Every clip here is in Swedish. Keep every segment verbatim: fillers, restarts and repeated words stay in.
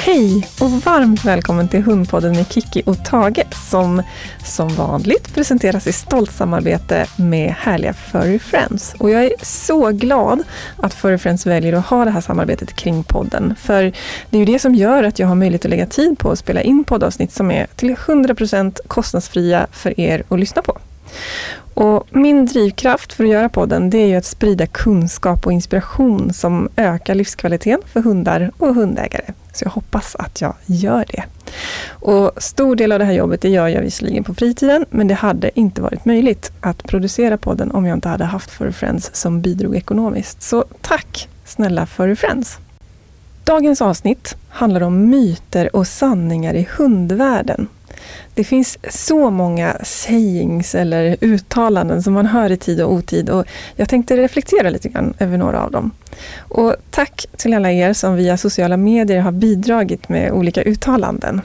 Hej och varmt välkommen till Hundpodden med Kiki och Tage som som vanligt presenteras i stolt samarbete med härliga Furry Friends. Och jag är så glad att Furry Friends väljer att ha det här samarbetet kring podden. För det är ju det som gör att jag har möjlighet att lägga tid på att spela in poddavsnitt som är till hundra procent kostnadsfria för er att lyssna på. Och min drivkraft för att göra podden, det är ju att sprida kunskap och inspiration som ökar livskvaliteten för hundar och hundägare. Så jag hoppas att jag gör det. Och stor del av det här jobbet det gör jag visserligen på fritiden, men det hade inte varit möjligt att producera podden om jag inte hade haft Furry Friends som bidrog ekonomiskt. Så tack snälla Furry Friends! Dagens avsnitt handlar om myter och sanningar i hundvärlden. Det finns så många sayings eller uttalanden som man hör i tid och otid och jag tänkte reflektera lite grann över några av dem. Och tack till alla er som via sociala medier har bidragit med olika uttalanden.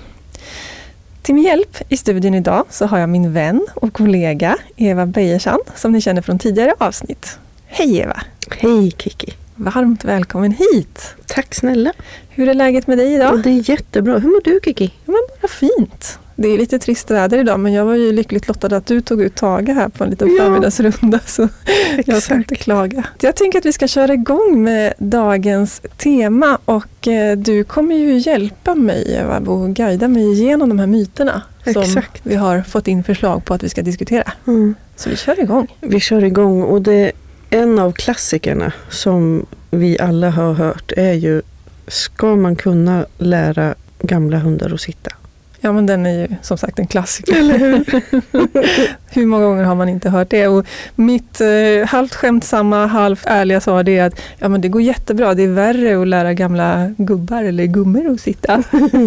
Till min hjälp i studion idag så har jag min vän och kollega Eva Bejersson som ni känner från tidigare avsnitt. Hej Eva! Hej Kiki! Varmt välkommen hit! Tack snälla! Hur är läget med dig idag? Och det är jättebra. Hur mår du Kiki? Ja, men bara fint. Det är lite trist väder idag men jag var ju lyckligt lottad att du tog ut Tage här på en liten ja. förmiddagsrunda så jag ska inte klaga. Jag tänker att vi ska köra igång med dagens tema och eh, du kommer ju hjälpa mig Eva och guida mig igenom de här myterna som Exakt. vi har fått in förslag på att vi ska diskutera. Mm. Så vi kör igång. Vi kör igång och det är en av klassikerna som vi alla har hört är ju, ska man kunna lära gamla hundar att sitta? Ja, men den är ju som sagt en klassiker. Eller hur? Hur många gånger har man inte hört det? Och mitt eh, halvt skämtsamma, halvt ärliga svar det är att ja, men det går jättebra. Det är värre att lära gamla gubbar eller gummor att sitta.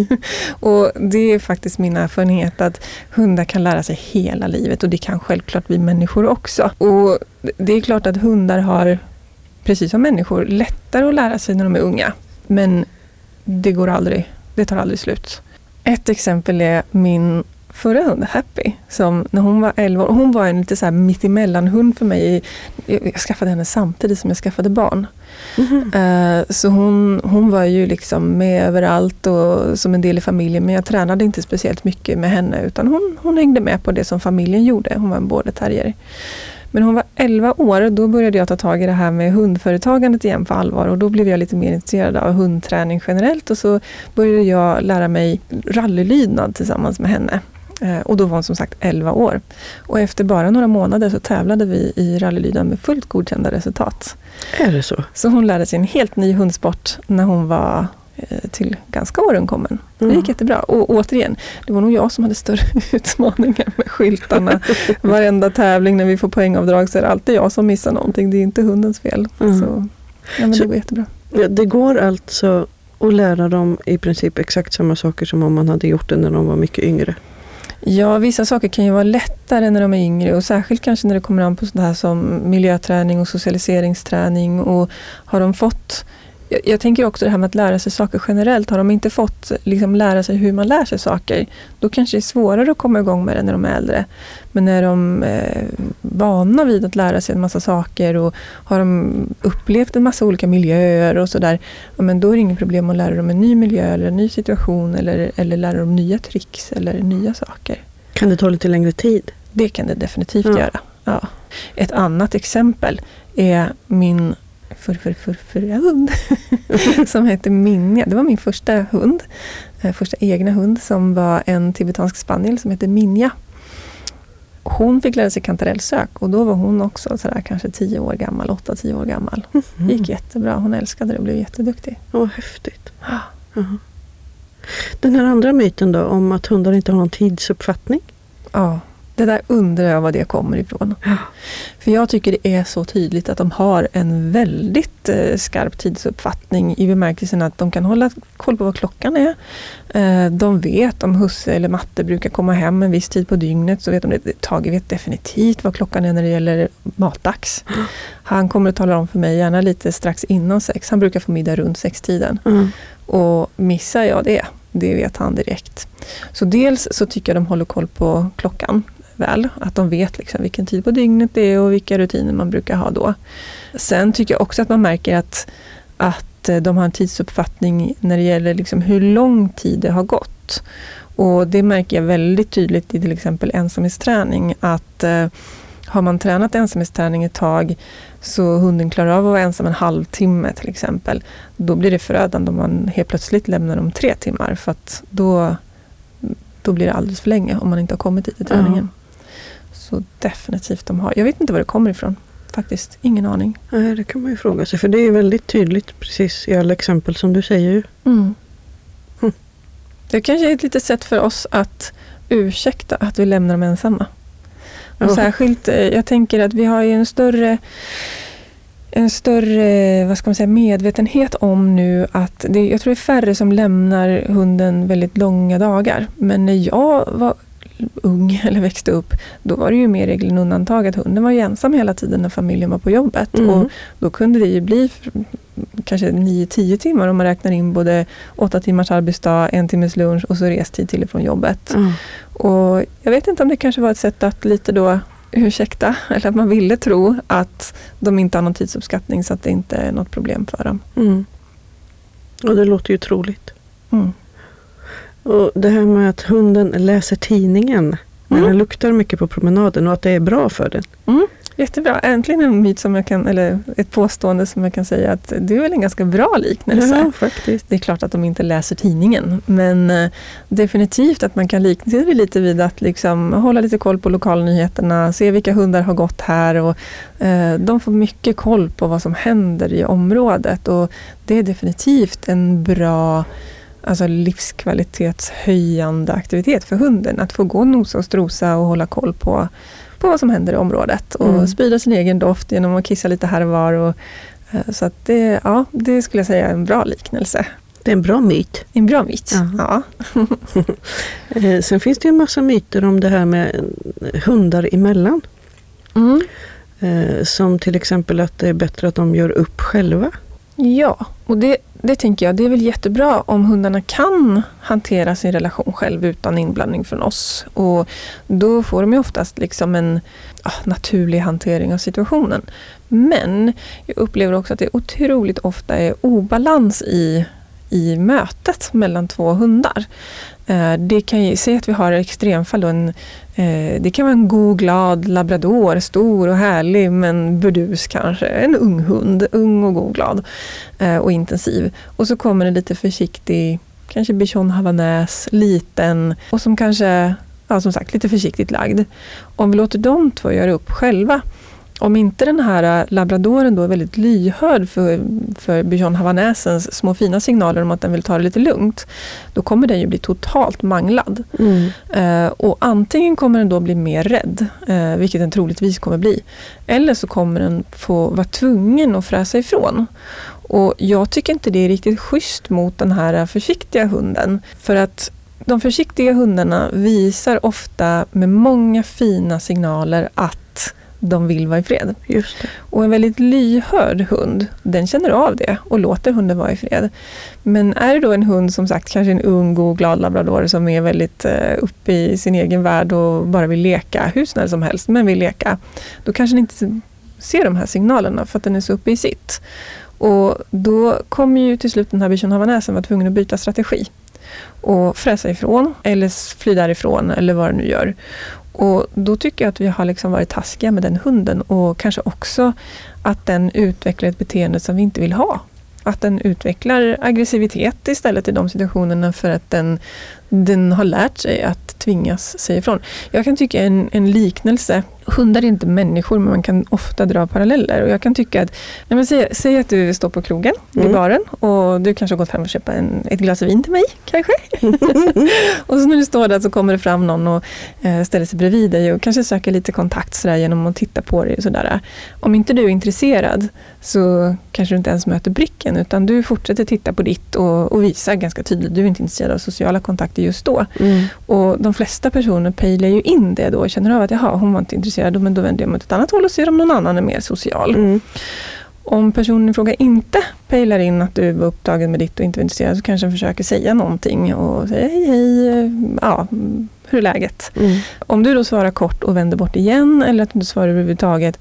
Och det är faktiskt min erfarenhet att hundar kan lära sig hela livet. Och det kan självklart vi människor också. Och det är klart att hundar har, precis som människor, lättare att lära sig när de är unga. Men det går aldrig, det tar aldrig slut. Ett exempel är min förra hund, Happy, som när hon var elva år, hon var en lite så här mittemellan hund för mig. Jag skaffade henne samtidigt som jag skaffade barn. Mm-hmm. Så hon, hon var ju liksom med överallt och som en del i familjen, men jag tränade inte speciellt mycket med henne utan hon, hon hängde med på det som familjen gjorde. Hon var en border terrier. Men hon var elva år, då började jag ta tag i det här med hundföretagandet igen på allvar. Och då blev jag lite mer intresserad av hundträning generellt. Och så började jag lära mig rallylydnad tillsammans med henne. Eh, och då var hon som sagt elva år. Och efter bara några månader så tävlade vi i rallylydnad med fullt godkända resultat. Är det så? Så hon lärde sig en helt ny hundsport när hon var till ganska årenkommen. Det gick jättebra. Och återigen, det var nog jag som hade större utmaningar med skyltarna. Varenda tävling när vi får poängavdrag så är det alltid jag som missar någonting. Det är inte hundens fel. Mm. Så, ja, men så, det går jättebra. Ja, det går alltså att lära dem i princip exakt samma saker som om man hade gjort det när de var mycket yngre. Ja, vissa saker kan ju vara lättare när de är yngre och särskilt kanske när det kommer an på sånt här som miljöträning och socialiseringsträning och har de fått. Jag, jag tänker också det här med att lära sig saker generellt. Har de inte fått liksom, lära sig hur man lär sig saker, då kanske det är svårare att komma igång med det när de är äldre. Men när de är vana vid att lära sig en massa saker och har de upplevt en massa olika miljöer och sådär, ja, men då är det inget problem att lära dem en ny miljö eller en ny situation eller, eller lära dem nya tricks eller nya saker. Kan det ta lite längre tid? Det kan det definitivt ja. göra. Ja. Ett annat exempel är min för, för, för, förra hund som heter Minja. Det var min första hund, första egna hund som var en tibetansk spaniel som heter Minja. Hon fick lära sig kantarellsök och då var hon också sådär kanske tio år gammal, åtta tio år gammal. Mm. Det gick jättebra, hon älskade det och blev jätteduktig. Åh, oh, häftigt. Uh-huh. Den här andra myten då om att hundar inte har någon tidsuppfattning? Ja. Det där undrar jag vad det kommer ifrån. Ja. För jag tycker det är så tydligt att de har en väldigt eh, skarp tidsuppfattning i bemärkelsen att de kan hålla koll på vad klockan är. Eh, de vet om husse eller matte brukar komma hem en viss tid på dygnet, så vet de det. Tage vet definitivt vad klockan är när det gäller matdags. Mm. Han kommer att tala om för mig gärna lite strax innan sex. Han brukar få middag runt sextiden. Mm. Och missar jag det, det vet han direkt. Så dels så tycker jag de håller koll på klockan väl, att de vet liksom vilken tid på dygnet det är och vilka rutiner man brukar ha då. Sen tycker jag också att man märker att, att att de har en tidsuppfattning när det gäller liksom hur lång tid det har gått. Och det märker jag väldigt tydligt i till exempel ensamhetsträning, att eh, har man tränat ensamhetsträning ett tag så hunden klarar av att vara ensam en halvtimme till exempel, då blir det förödande om man helt plötsligt lämnar dem tre timmar, för att då, då blir det alldeles för länge om man inte har kommit dit i träningen. Ja. Så definitivt de har. Jag vet inte var det kommer ifrån. Faktiskt, ingen aning. Nej, det kan man ju fråga sig, för det är väldigt tydligt precis i alla exempel som du säger ju. Mm. Hm. Det kanske är ett litet sätt för oss att ursäkta att vi lämnar dem ensamma. Och ja. Särskilt, jag tänker att vi har ju en större en större, vad ska man säga, medvetenhet om nu att det, jag tror det är färre som lämnar hunden väldigt långa dagar. Men när jag var ung eller växte upp, då var det ju mer regel än undantag att hunden var ju ensam hela tiden när familjen var på jobbet. Mm. Och då kunde det ju bli kanske nio till tio timmar om man räknar in både åtta timmars arbetsdag, en timmes lunch och så restid till ifrån jobbet. Mm. Och jag vet inte om det kanske var ett sätt att lite då ursäkta, eller att man ville tro att de inte har någon tidsuppskattning så att det inte är något problem för dem. Mm. Och det låter ju troligt. Mm. Och det här med att hunden läser tidningen när mm. den luktar mycket på promenaden och att det är bra för den. Mm. Jättebra. Äntligen en myt som jag kan, eller ett påstående som jag kan säga att det är väl en ganska bra liknelse. Ja, faktiskt. Det är klart att de inte läser tidningen, men eh, definitivt att man kan likna det lite vid att liksom hålla lite koll på lokalnyheterna, se vilka hundar har gått här, och eh, de får mycket koll på vad som händer i området, och det är definitivt en bra, alltså livskvalitetshöjande aktivitet för hunden att få gå och nosa och strosa och hålla koll på på vad som händer i området och mm. sprida sin egen doft genom att kissa lite här och var. Och, så att det, ja, det skulle jag säga är en bra liknelse. Det är en bra myt. En bra myt, ja. Sen finns det ju en massa myter om det här med hundar emellan. Mm. Som till exempel att det är bättre att de gör upp själva. Ja, och det, det tänker jag, det är väl jättebra om hundarna kan hantera sin relation själv utan inblandning från oss. Och då får de ju oftast liksom en ja, naturlig hantering av situationen. Men jag upplever också att det otroligt ofta är obalans i, i mötet mellan två hundar. Det kan ju säga att vi har extremfall och en, eh, det kan vara en god, glad labrador, stor och härlig, men burdus kanske, en ung hund, ung och god, glad eh, och intensiv. Och så kommer en lite försiktig, kanske bichon havanäs, liten och som kanske, ja, som sagt, lite försiktigt lagd. Om vi låter de två göra upp själva, om inte den här labradoren då är väldigt lyhörd för, för bichon havanäsens små fina signaler om att den vill ta det lite lugnt, då kommer den ju bli totalt manglad. Mm. Eh, och antingen kommer den då bli mer rädd, eh, vilket den troligtvis kommer bli. Eller så kommer den få vara tvungen att fräsa ifrån. Och jag tycker inte det är riktigt schysst mot den här försiktiga hunden. För att de försiktiga hundarna visar ofta med många fina signaler att de vill vara i fred. Just det. Och en väldigt lyhörd hund, den känner av det och låter hunden vara i fred. Men är det då en hund, som sagt, kanske en ung och glad labrador som är väldigt uh, uppe i sin egen värld och bara vill leka, hur snäll som helst, men vill leka, då kanske den inte ser de här signalerna för att den är så uppe i sitt. Och då kommer ju till slut den här bichon havanäsen vara tvungen att byta strategi och fräsa ifrån eller fly därifrån eller vad det nu gör. Och då tycker jag att vi har liksom varit taskiga med den hunden, och kanske också att den utvecklar ett beteende som vi inte vill ha. Att den utvecklar aggressivitet istället i de situationerna för att den, den har lärt sig att tvingas sig ifrån. Jag kan tycka en, en liknelse, hundar är inte människor, men man kan ofta dra paralleller. Och jag kan tycka att, nej men säg, säg att du står på krogen mm. i baren och du kanske har gått hem och köpt en, ett glas vin till mig, kanske. Och så när du står där så kommer det fram någon och eh, ställer sig bredvid dig och kanske söker lite kontakt sådär genom att titta på dig och sådär. Om inte du är intresserad så kanske du inte ens möter blicken, utan du fortsätter titta på ditt och, och visar ganska tydligt du är inte intresserad av sociala kontakter just då. Mm. Och de flesta personer pejlar ju in det då och känner av att jaha, hon var inte intresserad, men då vänder jag mig åt ett annat håll och ser om någon annan är mer social. Mm. Om personen i fråga inte pejlar in att du var upptagen med ditt och inte var intresserad, så kanske den försöker säga någonting och säga hej hej, ja, hur är läget? Mm. Om du då svarar kort och vänder bort igen, eller att du inte svarar överhuvudtaget,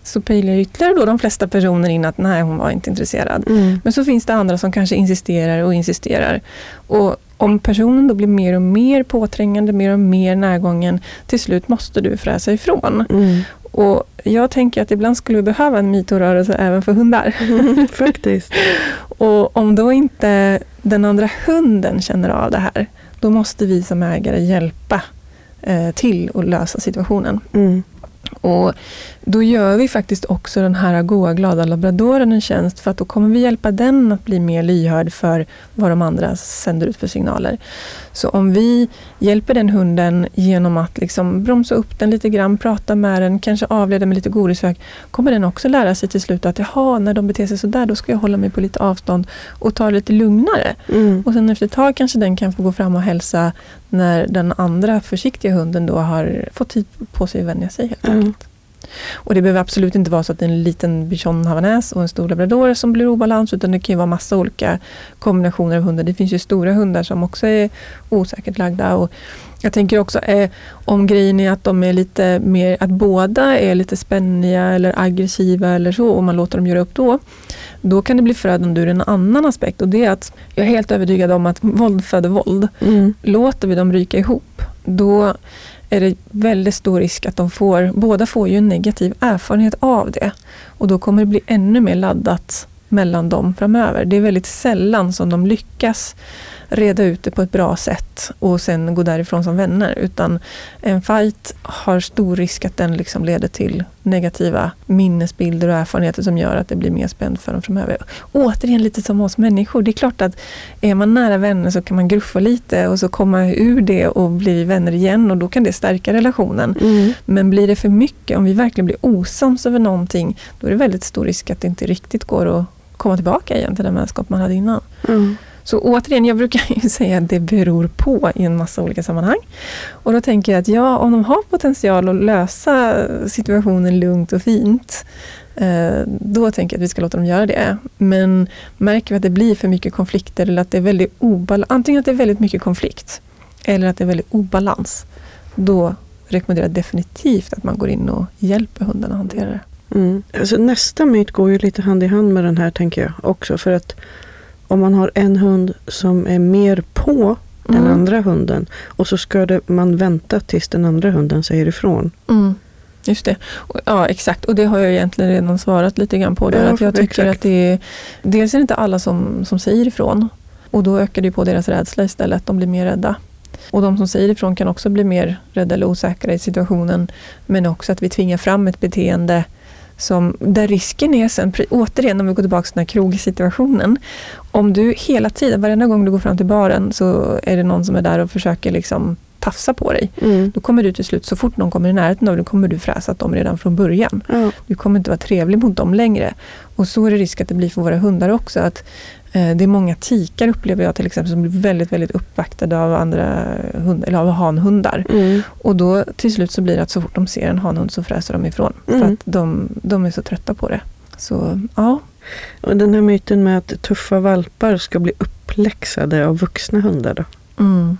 så pejlar ytterligare då de flesta personer in att nej, hon var inte intresserad. Mm. Men så finns det andra som kanske insisterar och insisterar. Och om personen då blir mer och mer påträngande, mer och mer närgången, till slut måste du fräsa ifrån. Mm. Och jag tänker att ibland skulle vi behöva en mitorörelse även för hundar. Mm, faktiskt. Och om då inte den andra hunden känner av det här, då måste vi som ägare hjälpa eh, till att lösa situationen. Mm. Och då gör vi faktiskt också den här goa, glada labradoren en tjänst, för att då kommer vi hjälpa den att bli mer lyhörd för vad de andra sänder ut för signaler. Så om vi hjälper den hunden genom att liksom bromsa upp den lite grann, prata med den, kanske avleda med lite godisök, kommer den också lära sig till slut att jaha, när de beter sig så där, då ska jag hålla mig på lite avstånd och ta det lite lugnare. Mm. Och sen efter ett tag kanske den kan få gå fram och hälsa när den andra försiktiga hunden då har fått tid på sig att vänja sig helt Mm. enkelt. Och det behöver absolut inte vara så att det är en liten bichon havanäs och en stor labrador som blir obalans, utan det kan ju vara massa olika kombinationer av hundar. Det finns ju stora hundar som också är osäkert lagda, och jag tänker också eh, om grejen är att de är lite mer, att båda är lite spänniga eller aggressiva eller så, och man låter dem göra upp då, då kan det bli förödande ur en annan aspekt, och det är att jag är helt övertygad om att våld föder våld. Mm. Låter vi dem ryka ihop, då är det väldigt stor risk att de får, båda får ju en negativ erfarenhet av det. Och då kommer det bli ännu mer laddat mellan dem framöver. Det är väldigt sällan som de lyckas reda ut det på ett bra sätt och sen gå därifrån som vänner. Utan en fight har stor risk att den liksom leder till negativa minnesbilder och erfarenheter som gör att det blir mer spänt för dem framöver. Återigen lite som oss människor. Det är klart att är man nära vänner så kan man gruffa lite och så komma ur det och bli vänner igen, och då kan det stärka relationen. Mm. Men blir det för mycket, om vi verkligen blir osams över någonting, då är det väldigt stor risk att det inte riktigt går att komma tillbaka igen till den vänskap man hade innan. Mm. Så återigen, jag brukar ju säga att det beror på i en massa olika sammanhang. Och då tänker jag att ja, om de har potential att lösa situationen lugnt och fint, eh, då tänker jag att vi ska låta dem göra det. Men märker vi att det blir för mycket konflikter, eller att det är väldigt obalans, antingen att det är väldigt mycket konflikt eller att det är väldigt obalans, då rekommenderar jag definitivt att man går in och hjälper hunden att hantera det. Mm. Alltså, nästa myt går ju lite hand i hand med den här, tänker jag också, för att om man har en hund som är mer på Mm. än andra hunden, och så ska det, man vänta tills den andra hunden säger ifrån. Mm. Just det. Och, ja, exakt. Och det har jag egentligen redan svarat lite grann på. Det, Ja, att jag tycker exakt. att det är, dels är det inte alla som, som säger ifrån. Och då ökar det på deras rädsla istället. De blir mer rädda. Och de som säger ifrån kan också bli mer rädda eller osäkra i situationen. Men också att vi tvingar fram ett beteende som, där risken är sen, återigen om vi går tillbaka till den här krogsituationen. Om du hela tiden, varenda gång du går fram till baren, så är det någon som är där och försöker liksom tafsa på dig. Mm. Då kommer du till slut, så fort någon kommer i närheten av dig, då kommer du fräsa att dem redan från början. Ja. Du kommer inte vara trevlig mot dem längre. Och så är det risk att det blir för våra hundar också. Att eh, det är många tikar, upplever jag till exempel, som blir väldigt, väldigt uppvaktade av andra hund, eller av hanhundar. Mm. Och då till slut så blir det att så fort de ser en hanhund så fräser de ifrån. Mm. För att de, de är så trötta på det. Så ja. Och den här myten med att tuffa valpar ska bli uppläxade av vuxna hundar då? Mm.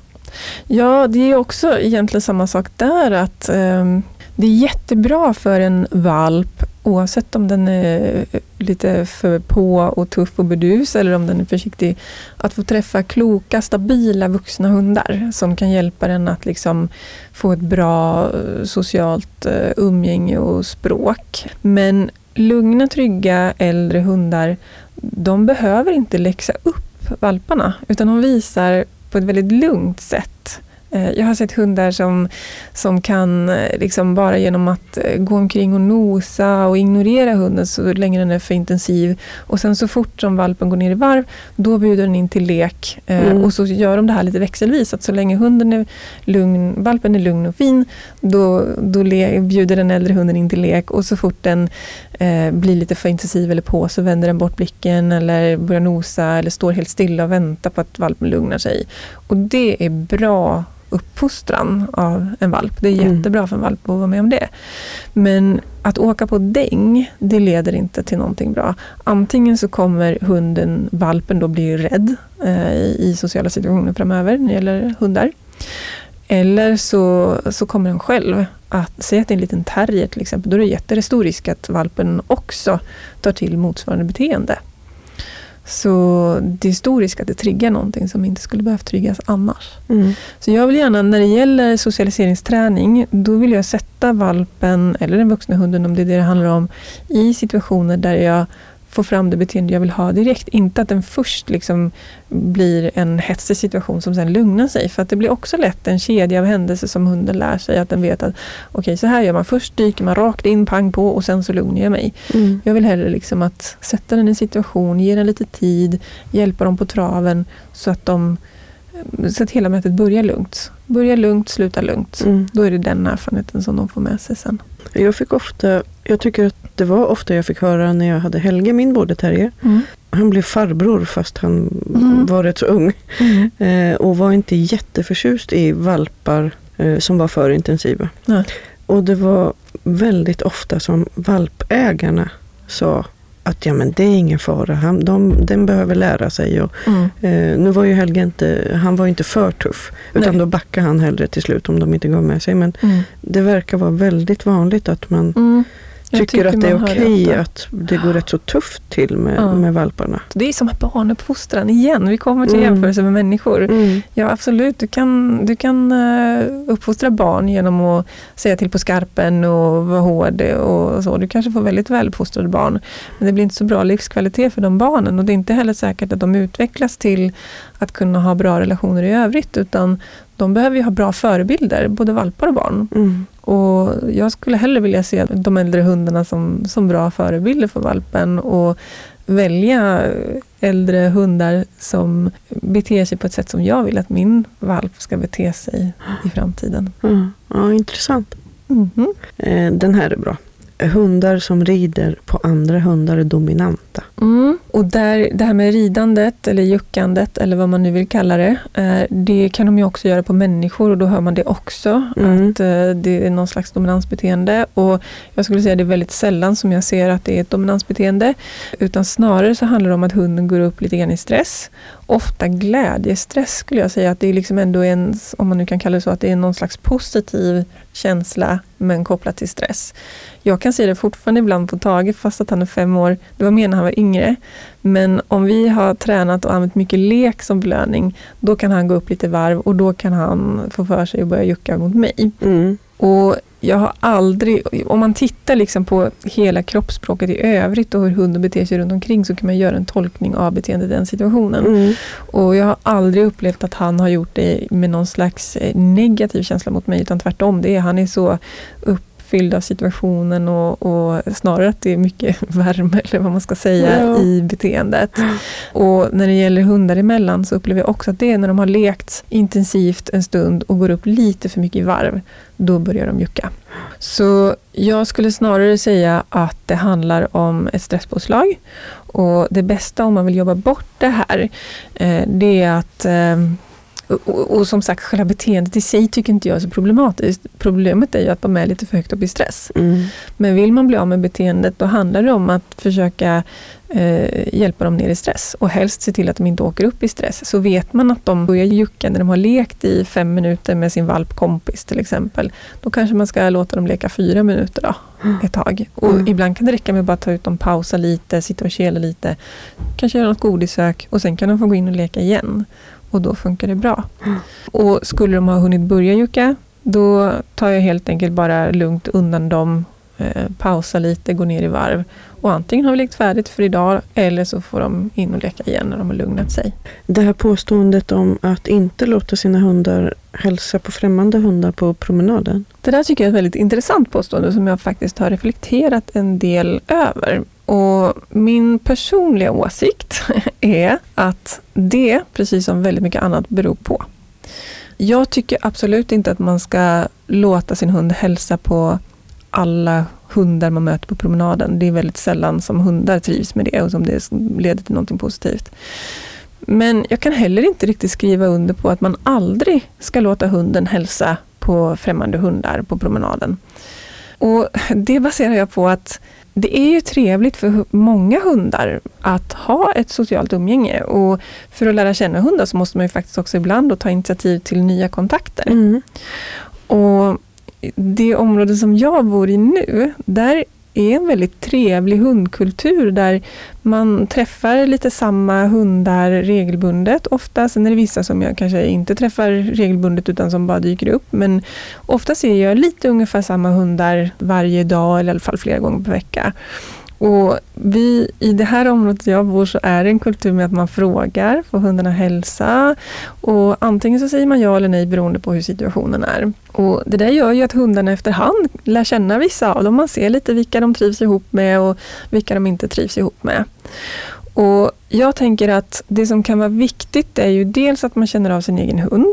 Ja, det är också egentligen samma sak där, att eh, det är jättebra för en valp, oavsett om den är lite för på och tuff och burdus eller om den är försiktig, att få träffa kloka, stabila vuxna hundar som kan hjälpa den att liksom få ett bra socialt uh, umgänge och språk. Men lugna, trygga äldre hundar, de behöver inte läxa upp valparna, utan de visar på ett väldigt lugnt sätt. Jag har sett hundar som, som kan liksom bara genom att gå omkring och nosa och ignorera hunden så länge den är för intensiv. Och sen så fort som valpen går ner i varv, då bjuder den in till lek. Mm. Och så gör de det här lite växelvis. Att så länge hunden är lugn, valpen är lugn och fin, då, då le, bjuder den äldre hunden in till lek. Och så fort den eh, blir lite för intensiv eller på, så vänder den bort blicken eller börjar nosa eller står helt stilla och väntar på att valpen lugnar sig. Och det är bra uppfostran av en valp. Det är jättebra för en valp att vara med om det. Men att åka på däng, det leder inte till någonting bra. Antingen så kommer hunden, valpen då bli rädd eh, i sociala situationer framöver när det gäller hundar. Eller så, så kommer den själv att säga att det är en liten terrier till exempel. Då är det jättestor risk att valpen också tar till motsvarande beteende. Så det är stor risk att det triggar någonting som inte skulle behöva triggas annars. Mm. Så jag vill gärna, när det gäller socialiseringsträning, då vill jag sätta valpen eller den vuxna hunden, om det är det det handlar om, i situationer där jag får fram det beteende jag vill ha direkt. Inte att den först liksom blir en hetsig situation som sen lugnar sig. För att det blir också lätt en kedja av händelser som hunden lär sig. Att den vet att okej, okay, så här gör man. Först dyker man rakt in, pang på, och sen så lugnar jag mig. Mm. Jag vill hellre liksom att sätta den i en situation, ge den lite tid, hjälpa dem på traven så att de så att hela mötet börjar lugnt. Börja lugnt, sluta lugnt. Mm. Då är det den erfarenheten som de får med sig sen. Jag fick ofta, jag tycker att det var ofta jag fick höra när jag hade Helge, min border terrier. Mm. Han blev farbror fast han mm. var rätt så ung. Mm. Eh, och var inte jätteförtjust i valpar eh, som var för intensiva. Mm. Och det var väldigt ofta som valpägarna sa att ja, men det är ingen fara, han, de, den behöver lära sig. Och, mm. eh, nu var ju Helge inte, han var inte för tuff, utan Nej. Då backade han hellre till slut om de inte gav med sig. Men mm. det verkar vara väldigt vanligt att man mm. tycker, tycker att det är okej okay att det går rätt så tufft till med, ja. med valparna. Det är som barnuppfostran igen. Vi kommer till mm. jämförelse med människor. Mm. Ja, absolut. Du kan, du kan uppfostra barn genom att säga till på skarpen och vara hård och så. Du kanske får väldigt väluppfostrade barn. Men det blir inte så bra livskvalitet för de barnen. Och det är inte heller säkert att de utvecklas till att kunna ha bra relationer i övrigt. Utan de behöver ju ha bra förebilder, både valpar och barn. Mm. Och jag skulle hellre vilja se de äldre hundarna som, som bra förebilder för valpen och välja äldre hundar som beter sig på ett sätt som jag vill att min valp ska bete sig i framtiden. Mm. Ja, intressant. Mm-hmm. Eh, den här är bra. Hundar som rider på andra hundar är dominanta. Mm. Och där, det här med ridandet eller juckandet eller vad man nu vill kalla det, eh, det kan de ju också göra på människor och då hör man det också, mm. att eh, det är någon slags dominansbeteende. Och jag skulle säga att det är väldigt sällan som jag ser att det är ett dominansbeteende, utan snarare så handlar det om att hunden går upp lite grann i stress. Ofta glädjestress skulle jag säga, att det är liksom ändå en, om man nu kan kalla det så, att det är någon slags positiv känsla men kopplat till stress. Jag kan se det fortfarande ibland på Tage fast att han är fem år. Det var mer när han var yngre. Men om vi har tränat och använt mycket lek som belöning, då kan han gå upp lite varv och då kan han få för sig att börja jucka mot mig. Mm. Och jag har aldrig, om man tittar liksom på hela kroppsspråket i övrigt och hur hunden beter sig runt omkring, så kan man göra en tolkning av beteendet i den situationen. Mm. Och jag har aldrig upplevt att han har gjort det med någon slags negativ känsla mot mig, utan tvärtom. Det är, han är så uppfylld av situationen och, och snarare att det är mycket värme eller vad man ska säga ja. i beteendet. Och när det gäller hundar emellan så upplever jag också att det är när de har lekt intensivt en stund och går upp lite för mycket i varv, då börjar de jucka. Så jag skulle snarare säga att det handlar om ett stresspåslag. Och det bästa om man vill jobba bort det här, eh, det är att eh, och, och som sagt, själva beteendet i sig tycker inte jag är så problematiskt. Problemet är ju att de är lite för högt upp i stress. Mm. Men vill man bli av med beteendet, då handlar det om att försöka eh, hjälpa dem ner i stress. Och helst se till att de inte åker upp i stress. Så vet man att de börjar jucka när de har lekt i fem minuter med sin valpkompis till exempel. Då kanske man ska låta dem leka fyra minuter då, ett tag. Och mm. ibland kan det räcka med att bara ta ut dem, pausa lite, sitta och kela lite. Kanske göra något godisök och sen kan de få gå in och leka igen. Och då funkar det bra. Mm. Och skulle de ha hunnit börja jucka, då tar jag helt enkelt bara lugnt undan dem, eh, pausa lite, gå ner i varv. Och antingen har vi lekt färdigt för idag, eller så får de in och leka igen när de har lugnat sig. Det här påståendet om att inte låta sina hundar hälsa på främmande hundar på promenaden. Det där tycker jag är ett väldigt intressant påstående som jag faktiskt har reflekterat en del över. Och min personliga åsikt är att det, precis som väldigt mycket annat, beror på. Jag tycker absolut inte att man ska låta sin hund hälsa på alla hundar man möter på promenaden. Det är väldigt sällan som hundar trivs med det och som det leder till något positivt. Men jag kan heller inte riktigt skriva under på att man aldrig ska låta hunden hälsa på främmande hundar på promenaden. Och det baserar jag på att det är ju trevligt för många hundar att ha ett socialt umgänge. Och för att lära känna hundar så måste man ju faktiskt också ibland då ta initiativ till nya kontakter. Mm. Och det område som jag bor i nu, där är en väldigt trevlig hundkultur där man träffar lite samma hundar regelbundet. Ofta, sen är det vissa som jag kanske inte träffar regelbundet utan som bara dyker upp. Men ofta ser jag lite ungefär samma hundar varje dag eller i alla fall flera gånger per vecka. Och vi, i det här området jag bor så är det en kultur med att man frågar, får hundarna hälsa, och antingen så säger man ja eller nej beroende på hur situationen är. Och det där gör ju att hundarna efterhand lär känna vissa av dem. Man ser lite vilka de trivs ihop med och vilka de inte trivs ihop med. Och jag tänker att det som kan vara viktigt är ju dels att man känner av sin egen hund.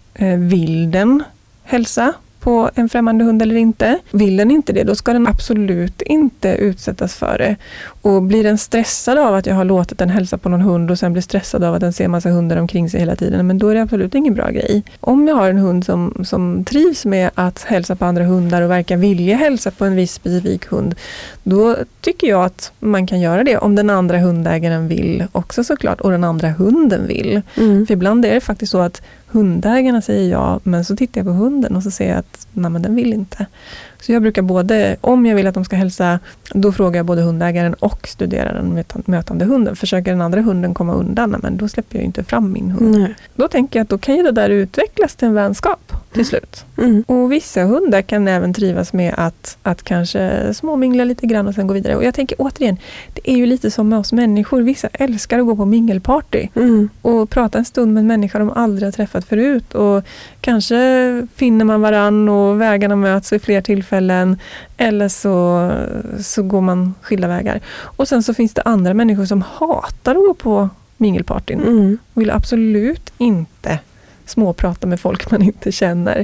Vill den hälsa på en främmande hund eller inte? Vill den inte det, då ska den absolut inte utsättas för det. Och blir den stressad av att jag har låtit den hälsa på någon hund och sen blir stressad av att den ser massa hundar omkring sig hela tiden, men då är det absolut ingen bra grej. Om jag har en hund som, som trivs med att hälsa på andra hundar och verkar vilja hälsa på en viss specifik hund, då tycker jag att man kan göra det om den andra hundägaren vill också såklart, och den andra hunden vill. Mm. För ibland är det faktiskt så att hundägarna säger ja, men så tittar jag på hunden och så ser jag att nej, men den vill inte. Så jag brukar både, om jag vill att de ska hälsa, då frågar jag både hundägaren och studerar den mötande hunden. Försöker den andra hunden komma undan, men då släpper jag inte fram min hund. Nej. Då tänker jag att då kan ju det där utvecklas till en vänskap till slut. Mm. Och vissa hundar kan även trivas med att, att kanske småmingla lite grann och sen gå vidare. Och jag tänker återigen, det är ju lite som med oss människor. Vissa älskar att gå på mingelparty mm. och prata en stund med en människa de aldrig har träffat förut. Och kanske finner man varann och vägarna möts vid fler tillfällen. Eller så, så går man skilda vägar. Och sen så finns det andra människor som hatar att gå på mingelpartyn. Mm. Och vill absolut inte småprata med folk man inte känner.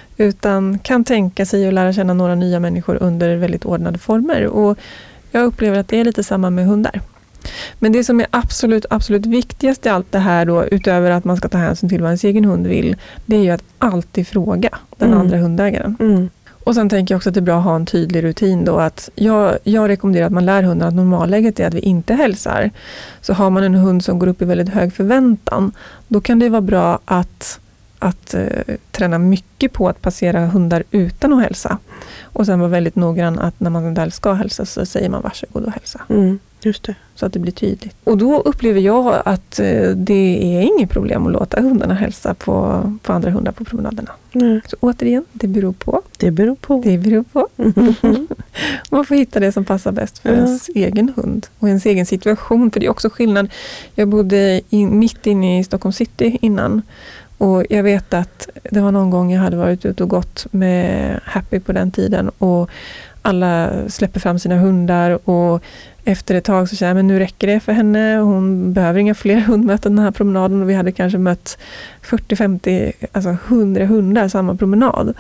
Utan kan tänka sig att lära känna några nya människor under väldigt ordnade former. Och jag upplever att det är lite samma med hundar. Men det som är absolut, absolut viktigast i allt det här då, utöver att man ska ta hänsyn till vad ens egen hund vill, det är ju att alltid fråga den mm. andra hundägaren. Mm. Och sen tänker jag också att det är bra att ha en tydlig rutin då, att jag, jag rekommenderar att man lär hunden att normalläget är att vi inte hälsar. Så har man en hund som går upp i väldigt hög förväntan, då kan det vara bra att, att eh, träna mycket på att passera hundar utan att hälsa. Och sen vara väldigt noggrann att när man väl ska hälsa så säger man varsågod och hälsa. Mm, just det. Så att det blir tydligt. Och då upplever jag att eh, det är inget problem att låta hundarna hälsa på, på andra hundar på promenaderna. Mm. Så återigen, det beror på. Det beror på. Det beror på. Mm. Man får hitta det som passar bäst för mm. ens egen hund och ens egen situation. För det är också skillnad. Jag bodde in, mitt inne i Stockholm city innan. Och jag vet att det var någon gång jag hade varit ute och gått med Happy på den tiden. Och alla släpper fram sina hundar och efter ett tag så känner jag men nu räcker det för henne. Hon behöver inga fler hundmöten den här promenaden, och vi hade kanske mött fyrtio femtio, alltså hundra hundar samma promenad.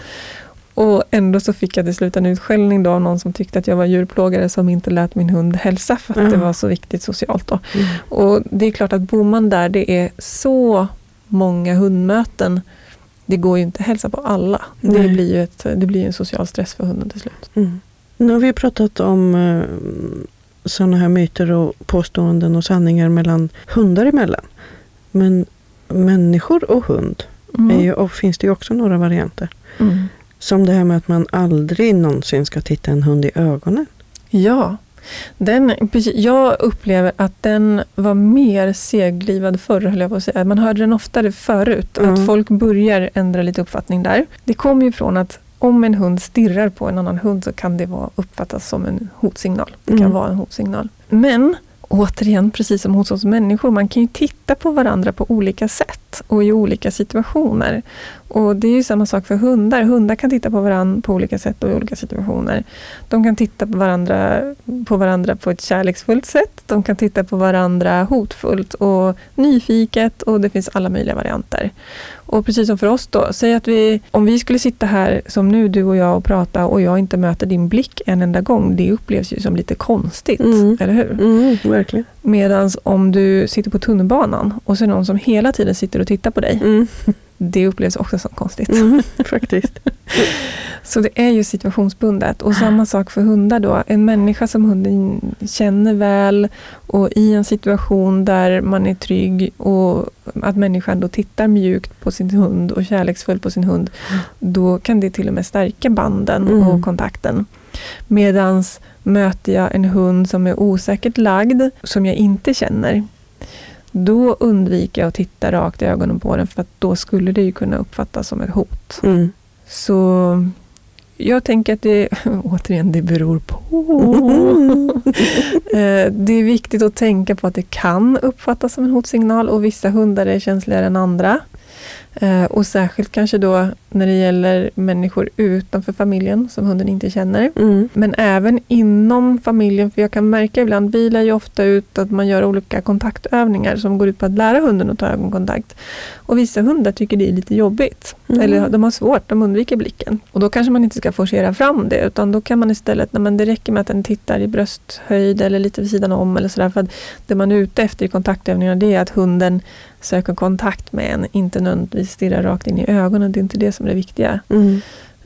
Och ändå så fick jag till slut en utskällning då av någon som tyckte att jag var djurplågare som inte lät min hund hälsa för att mm. det var så viktigt socialt då. Mm. Och det är klart att bor man där, det är så många hundmöten. Det går ju inte att hälsa på alla. Nej. Det blir ju ett, det blir en social stress för hunden till slut. Mm. Nu har vi pratat om eh, sådana här myter och påståenden och sanningar mellan hundar emellan. Men människor och hund mm. är ju, och finns det ju också några varianter. Mm. Som det här med att man aldrig någonsin ska titta en hund i ögonen. Ja. Den, jag upplever att den var mer seglivad förr, höll jag på att säga. Man hörde den oftare förut, mm. att folk börjar ändra lite uppfattning där. Det kommer ju från att om en hund stirrar på en annan hund så kan det vara, uppfattas som en hotsignal. Det kan mm. vara en hotsignal. Men återigen, precis som hos oss människor, man kan ju titta på varandra på olika sätt och i olika situationer. Och det är ju samma sak för hundar. Hundar kan titta på varandra på olika sätt och i olika situationer. De kan titta på varandra, på varandra på ett kärleksfullt sätt. De kan titta på varandra hotfullt och nyfiket, och det finns alla möjliga varianter. Och precis som för oss då, säg att vi, om vi skulle sitta här som nu, du och jag, och prata och jag inte möter din blick en enda gång, det upplevs ju som lite konstigt, mm. eller hur? Mm, verkligen. Medan om du sitter på tunnelbanan och så är någon som hela tiden sitter och tittar på dig, mm. det upplevs också som konstigt. Mm, faktiskt. Så det är ju situationsbundet. Och samma sak för hundar då. En människa som hunden känner väl och i en situation där man är trygg och att människan då tittar mjukt på sin hund och kärleksfull på sin hund, då kan det till och med stärka banden mm. och kontakten. Medans möter jag en hund som är osäkert lagd, som jag inte känner, då undviker jag att titta rakt i ögonen på den, för att då skulle det ju kunna uppfattas som ett hot. Mm. Så jag tänker att det, återigen, det beror på. Det är viktigt att tänka på att det kan uppfattas som en hotsignal, och vissa hundar är känsligare än andra. Och särskilt kanske då när det gäller människor utanför familjen som hunden inte känner. Mm. Men även inom familjen, för jag kan märka ibland, vi lär ju ofta ut att man gör olika kontaktövningar som går ut på att lära hunden att ta ögonkontakt. Och vissa hundar tycker det är lite jobbigt. Mm. Eller de har svårt, de undviker blicken. Och då kanske man inte ska forcera fram det, utan då kan man istället, nej, men det räcker med att den tittar i brösthöjd eller lite vid sidan om eller sådär. För att det man är ute efter i kontaktövningarna, det är att hunden söker kontakt med en, inte nödvändigtvis stirrar rakt in i ögonen. Det är inte det som är det viktiga. Mm.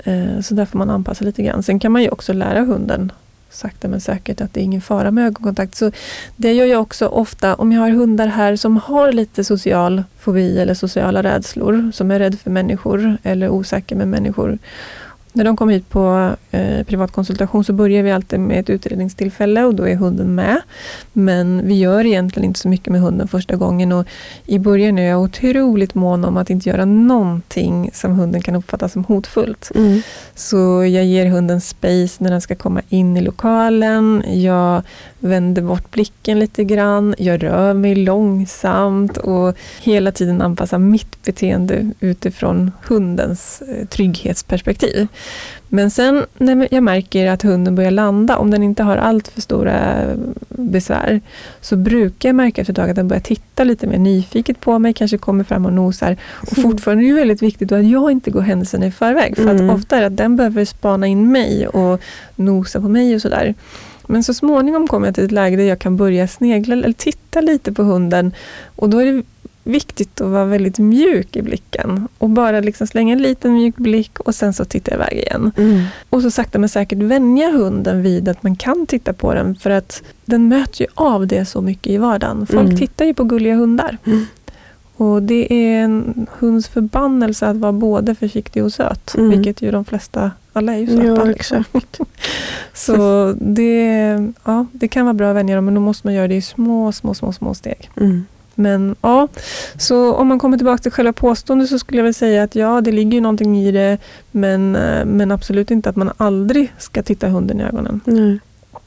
Så där får man anpassa lite grann. Sen kan man ju också lära hunden sakta men säkert att det är ingen fara med ögonkontakt. Så det gör jag också ofta om jag har hundar här som har lite social fobi eller sociala rädslor, som är rädd för människor eller osäker med människor. När de kommer hit på eh, privatkonsultation så börjar vi alltid med ett utredningstillfälle, och då är hunden med. Men vi gör egentligen inte så mycket med hunden första gången, och i början är jag otroligt mån om att inte göra någonting som hunden kan uppfatta som hotfullt. Mm. Så jag ger hunden space när den ska komma in i lokalen. Jag vänder bort blicken lite grann. Jag rör mig långsamt och hela tiden anpassar mitt beteende utifrån hundens eh, trygghetsperspektiv. Men sen när jag märker att hunden börjar landa, om den inte har allt för stora besvär, så brukar jag märka efter ett tag att den börjar titta lite mer nyfiket på mig, kanske kommer fram och nosar. Och fortfarande är det väldigt viktigt att jag inte går händelserna i förväg, för att mm. ofta är det att den behöver spana in mig och nosa på mig och sådär. Men så småningom kommer jag till ett läge där jag kan börja snegla eller titta lite på hunden, och då är det viktigt att vara väldigt mjuk i blicken och bara liksom slänga en liten mjuk blick och sen så tittar jag iväg igen. Mm. Och så sakta men säkert vänja hunden vid att man kan titta på den, för att den möter ju av det så mycket i vardagen. Folk mm. tittar ju på gulliga hundar. Mm. Och det är en hunds förbannelse att vara både försiktig och söt, mm. vilket ju de flesta, alla är ju söta. Ja, liksom. exakt. Så det, ja, det kan vara bra att vänja dem, men då måste man göra det i små, små, små, små steg. Mm. Men ja, så om man kommer tillbaka till själva påståendet, så skulle jag väl säga att ja, det ligger ju någonting i det, men, men absolut inte att man aldrig ska titta hunden i ögonen. Nej.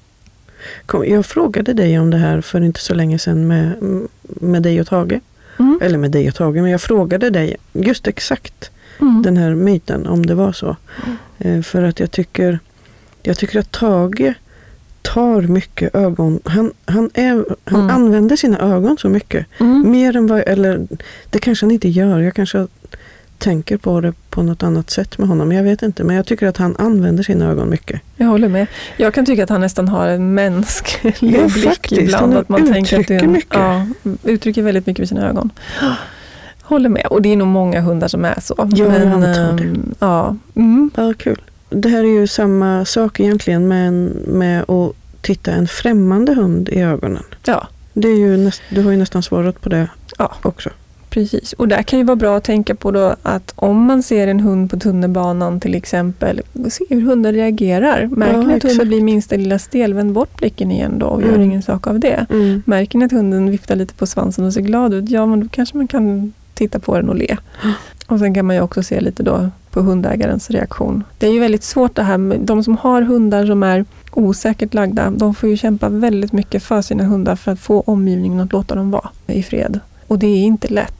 Kom, jag frågade dig om det här för inte så länge sedan med, med dig och Tage. Mm. Eller med dig och Tage, men jag frågade dig just exakt mm. den här myten, om det var så. Mm. För att jag tycker, jag tycker att Tage tar mycket ögon. Han, han, är, han mm. använder sina ögon så mycket. Mm. Mer än vad, eller det kanske han inte gör. Jag kanske tänker på det på något annat sätt med honom. Jag vet inte, men jag tycker att han använder sina ögon mycket. Jag håller med. Jag kan tycka att han nästan har en mänsklig ja, blick faktiskt. ibland. Han att man tänker att det är en, mycket. Ja, uttrycker väldigt mycket med sina ögon. Håller med. Och det är nog många hundar som är så. Ja, men, jag antar det. Ähm, ja. Mm. Ja, kul. Det här är ju samma sak egentligen med, med att titta en främmande hund i ögonen. Ja. Det är ju näst, du har ju nästan svarat på det ja. också. Precis. Och där kan ju vara bra att tänka på då att om man ser en hund på tunnelbanan till exempel, se hur hunden reagerar. Märker ni ja, att hunden blir minsta lilla stel, vänd bort blicken igen då och mm. gör ingen sak av det. Mm. Märker ni att hunden viftar lite på svansen och ser glad ut, ja men då kanske man kan titta på den och le. Och sen kan man ju också se lite då på hundägarens reaktion. Det är ju väldigt svårt det här med de som har hundar som är osäkert lagda. De får ju kämpa väldigt mycket för sina hundar för att få omgivningen att låta dem vara i fred. Och det är inte lätt.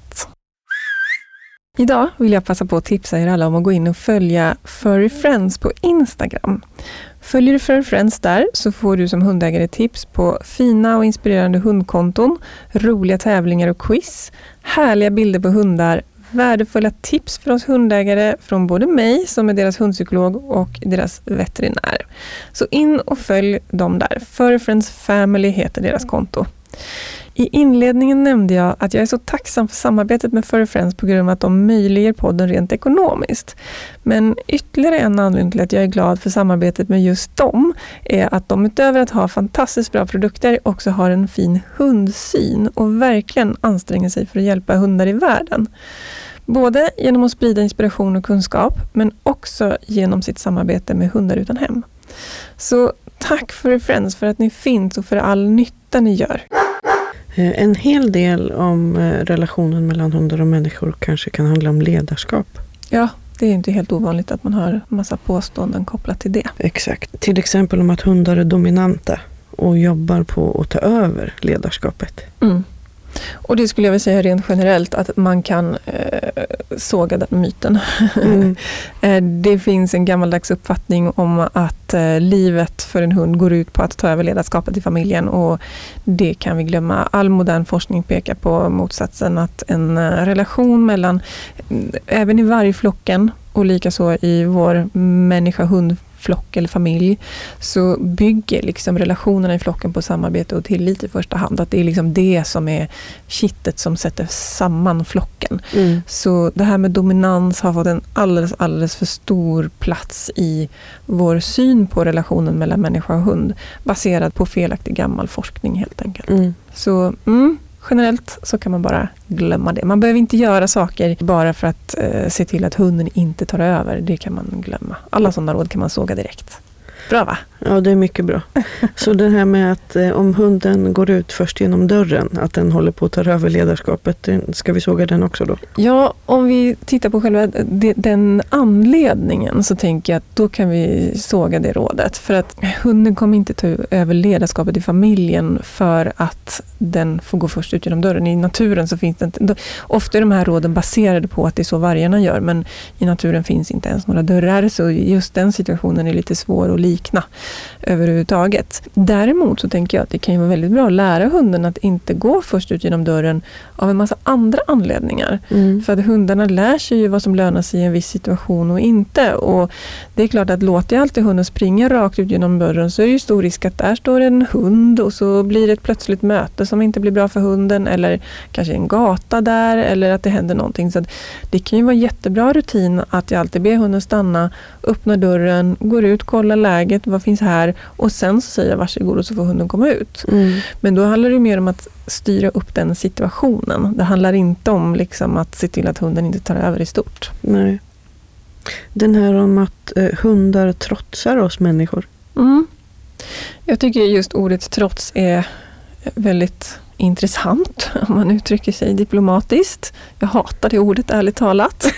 Idag vill jag passa på att tipsa er alla om att gå in och följa Furry Friends på Instagram. Följer du Furry Friends där så får du som hundägare tips på fina och inspirerande hundkonton, roliga tävlingar och quiz, härliga bilder på hundar, värdefulla tips för oss hundägare från både mig som är deras hundpsykolog och deras veterinär. Så in och följ dem där. Furry Friends Family heter deras konto. I inledningen nämnde jag att jag är så tacksam för samarbetet med Furry Friends på grund av att de möjliggör podden rent ekonomiskt. Men ytterligare en anledning till att jag är glad för samarbetet med just dem är att de utöver att ha fantastiskt bra produkter också har en fin hundsyn och verkligen anstränger sig för att hjälpa hundar i världen. Både genom att sprida inspiration och kunskap men också genom sitt samarbete med Hundar utan hem. Så tack Furry Friends för att ni finns och för all nytta ni gör. En hel del om relationen mellan hundar och människor kanske kan handla om ledarskap. Ja, det är inte helt ovanligt att man har massa påståenden kopplat till det. Exakt. Till exempel om att hundar är dominanta och jobbar på att ta över ledarskapet. Mm. Och det skulle jag vilja säga rent generellt att man kan eh, såga den myten. Mm. Det finns en gammaldags uppfattning om att eh, livet för en hund går ut på att ta över ledarskapet i familjen och det kan vi glömma. All modern forskning pekar på motsatsen, att en eh, relation mellan, även i vargflocken och likaså i vår människa-hund flock eller familj, så bygger liksom relationerna i flocken på samarbete och tillit i första hand. Att det är liksom det som är kittet som sätter samman flocken. Mm. Så det här med dominans har fått en alldeles, alldeles för stor plats i vår syn på relationen mellan människa och hund, baserad på felaktig gammal forskning helt enkelt. Mm. Så mm, generellt så kan man bara glömma det. Man behöver inte göra saker bara för att eh, se till att hunden inte tar över. Det kan man glömma. Alla sådana råd kan man såga direkt. Bra va? Ja, det är mycket bra. Så det här med att eh, om hunden går ut först genom dörren, att den håller på att ta över ledarskapet, den, ska vi såga den också då? Ja, om vi tittar på själva de, den anledningen så tänker jag att då kan vi såga det rådet. För att hunden kommer inte ta över ledarskapet i familjen för att den får gå först ut genom dörren. I naturen så finns det inte... Då, ofta är de här råden baserade på att det är så vargarna gör, men i naturen finns inte ens några dörrar, så just den situationen är lite svår att likna överhuvudtaget. Däremot så tänker jag att det kan ju vara väldigt bra att lära hunden att inte gå först ut genom dörren av en massa andra anledningar. Mm. För att hundarna lär sig ju vad som lönar sig i en viss situation och inte. Och det är klart att låter jag alltid hunden springa rakt ut genom dörren så är det ju stor risk att där står en hund och så blir det ett plötsligt möte som inte blir bra för hunden, eller kanske en gata där, eller att det händer någonting. Så att det kan ju vara jättebra rutin att jag alltid ber hunden stanna, öppna dörren, går ut, kollar läget, vad finns här, och sen så säger jag varsågod och så får hunden komma ut. Mm. Men då handlar det mer om att styra upp den situationen. Det handlar inte om liksom att se till att hunden inte tar över i stort. Nej. Den här om att eh, hundar trotsar oss människor. Mm. Jag tycker just ordet trots är väldigt intressant, om man uttrycker sig diplomatiskt. Jag hatar det ordet, ärligt talat.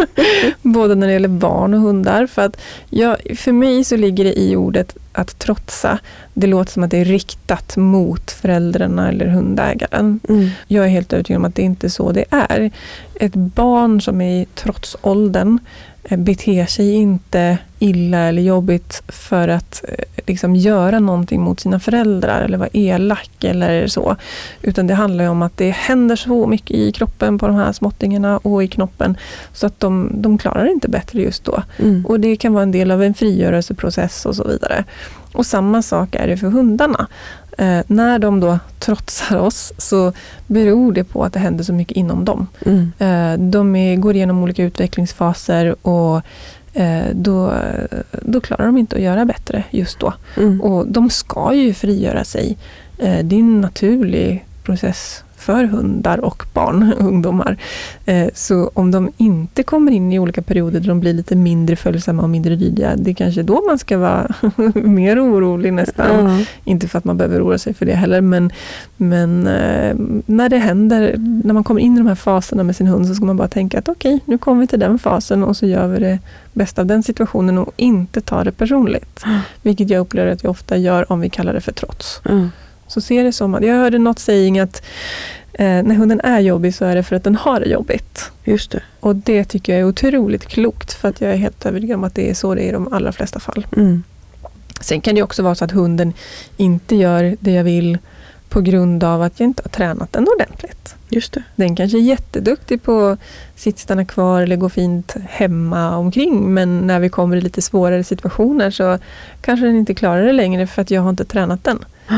Både när det gäller barn och hundar. För, att jag, för mig så ligger det i ordet att trotsa. Det låter som att det är riktat mot föräldrarna eller hundägaren. Mm. Jag är helt övertygad om att det inte är så det är. Ett barn som är i trotsåldern beter sig inte illa eller jobbigt för att liksom göra någonting mot sina föräldrar eller vara elak eller så. Utan det handlar ju om att det händer så mycket i kroppen på de här småttingarna och i knoppen så att de, de klarar inte bättre just då. Mm. Och det kan vara en del av en frigörelseprocess och så vidare. Och samma sak är det för hundarna. Eh, när de då trotsar oss så beror det på att det händer så mycket inom dem. Mm. Eh, de är, går igenom olika utvecklingsfaser och eh, då, då klarar de inte att göra bättre just då. Mm. Och de ska ju frigöra sig. Eh, det är en naturlig process för hundar och barn, ungdomar. Eh, så om de inte kommer in i olika perioder där de blir lite mindre följsamma och mindre lydiga, det är kanske då man ska vara mer orolig nästan. Mm. Inte för att man behöver oroa sig för det heller, men, men eh, när det händer, när man kommer in i de här faserna med sin hund, så ska man bara tänka att okej, okay, nu kommer vi till den fasen och så gör vi det bästa av den situationen och inte ta det personligt. Mm. Vilket jag upplever att vi ofta gör om vi kallar det för trots. Mm. Så ser det som att, jag hörde något saying att eh, när hunden är jobbig så är det för att den har det jobbigt. Just det. Och det tycker jag är otroligt klokt, för att jag är helt övertygad om att det är så det är i de allra flesta fall. Mm. Sen kan det också vara så att hunden inte gör det jag vill på grund av att jag inte har tränat den ordentligt. Just det. Den kanske är jätteduktig på sitt stanna kvar eller gå fint hemma omkring, men när vi kommer i lite svårare situationer så kanske den inte klarar det längre för att jag har inte tränat den.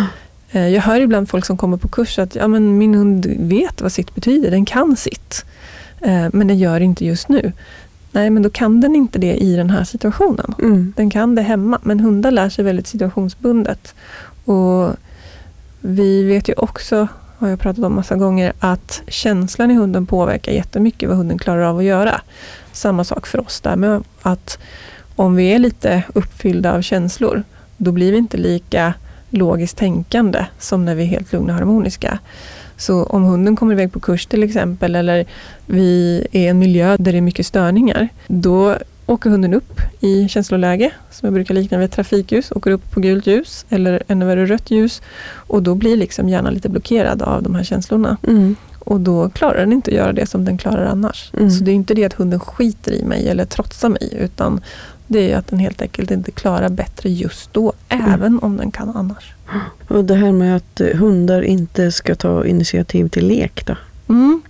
Jag hör ibland folk som kommer på kurs att ja, men min hund vet vad sitt betyder, den kan sitt. Men den gör inte just nu. Nej, men då kan den inte det i den här situationen. Mm. Den kan det hemma, men hundar lär sig väldigt situationsbundet. Och vi vet ju också, har jag pratat om massa gånger, att känslan i hunden påverkar jättemycket vad hunden klarar av att göra. Samma sak för oss där med att om vi är lite uppfyllda av känslor, då blir vi inte lika logiskt tänkande som när vi är helt lugna och harmoniska. Så om hunden kommer iväg på kurs till exempel, eller vi är i en miljö där det är mycket störningar, då åker hunden upp i känsloläge, som jag brukar likna vid ett trafikljus, åker upp på gult ljus eller ännu värre rött ljus, och då blir liksom hjärnan lite blockerad av de här känslorna. Mm. Och då klarar den inte att göra det som den klarar annars. Mm. Så det är inte det att hunden skiter i mig eller trotsar mig, utan det är att den helt enkelt inte klarar bättre just då, mm. även om den kan annars. Och det här med att hundar inte ska ta initiativ till lek då? Mm.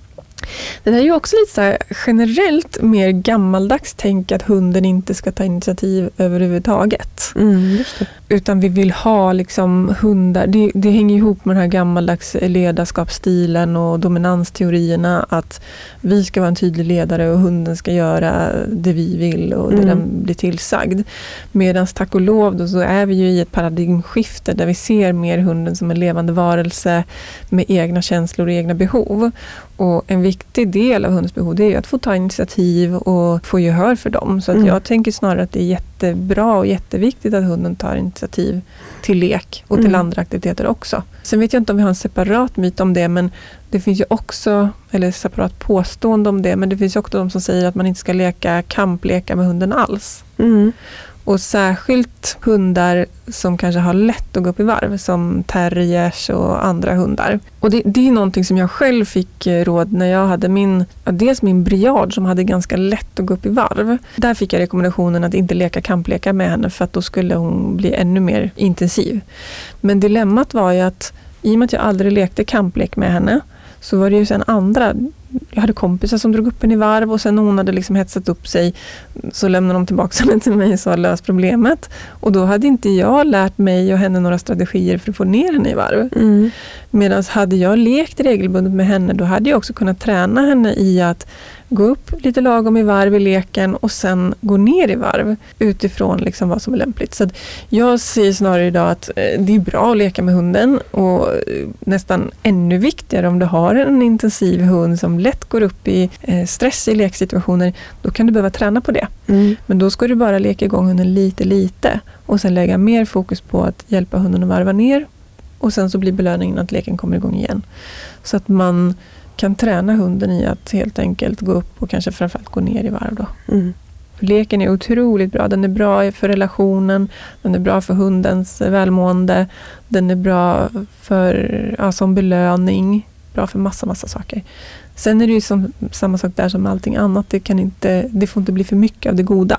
Det där är ju också lite så här generellt mer gammaldags tänk att hunden inte ska ta initiativ överhuvudtaget. Mm, just det. Utan vi vill ha liksom hundar, det, det hänger ihop med den här gammaldags ledarskapsstilen och dominansteorierna, att vi ska vara en tydlig ledare och hunden ska göra det vi vill och det mm. den blir tillsagd. Medan tack och lov då så är vi ju i ett paradigmskifte där vi ser mer hunden som en levande varelse med egna känslor och egna behov. Och en viktig del av hundens behov, det är ju att få ta initiativ och få gehör för dem. Så att mm. jag tänker snarare att det är jättebra och jätteviktigt att hunden tar initiativ till lek och till mm. andra aktiviteter också. Sen vet jag inte om vi har en separat myt om det, men det finns ju också, eller separat påstående om det, men det finns ju också de som säger att man inte ska leka kampleka med hunden alls. Mm. Och särskilt hundar som kanske har lätt att gå upp i varv, som terriers och andra hundar. Och det, det är någonting som jag själv fick råd när jag hade min, dels min Briard som hade ganska lätt att gå upp i varv. Där fick jag rekommendationen att inte leka kampleka med henne, för att då skulle hon bli ännu mer intensiv. Men dilemmat var ju att i och med att jag aldrig lekte kamplek med henne, så var det ju sen andra. Jag hade kompisar som drog upp henne i varv, och sen när hon hade liksom hetsat upp sig så lämnade de tillbaka henne till mig och sa lös problemet. Och då hade inte jag lärt mig och henne några strategier för att få ner henne i varv. Mm. Medan hade jag lekt regelbundet med henne, då hade jag också kunnat träna henne i att gå upp lite lagom i varv i leken och sen gå ner i varv utifrån liksom vad som är lämpligt. Så att jag säger snarare idag att det är bra att leka med hunden, och nästan ännu viktigare om du har en intensiv hund som lätt går upp i stress i leksituationer, då kan du behöva träna på det. Mm. Men då ska du bara leka igång hunden lite lite och sen lägga mer fokus på att hjälpa hunden att varva ner, och sen så blir belöningen att leken kommer igång igen. Så att man kan träna hunden i att helt enkelt gå upp och kanske framförallt gå ner i varv då. Mm. Leken är otroligt bra. Den är bra för relationen, den är bra för hundens välmående, den är bra för, ja, som belöning, bra för massa, massa saker. Sen är det ju som, samma sak där som allting annat. Det, kan inte, det får inte bli för mycket av det goda.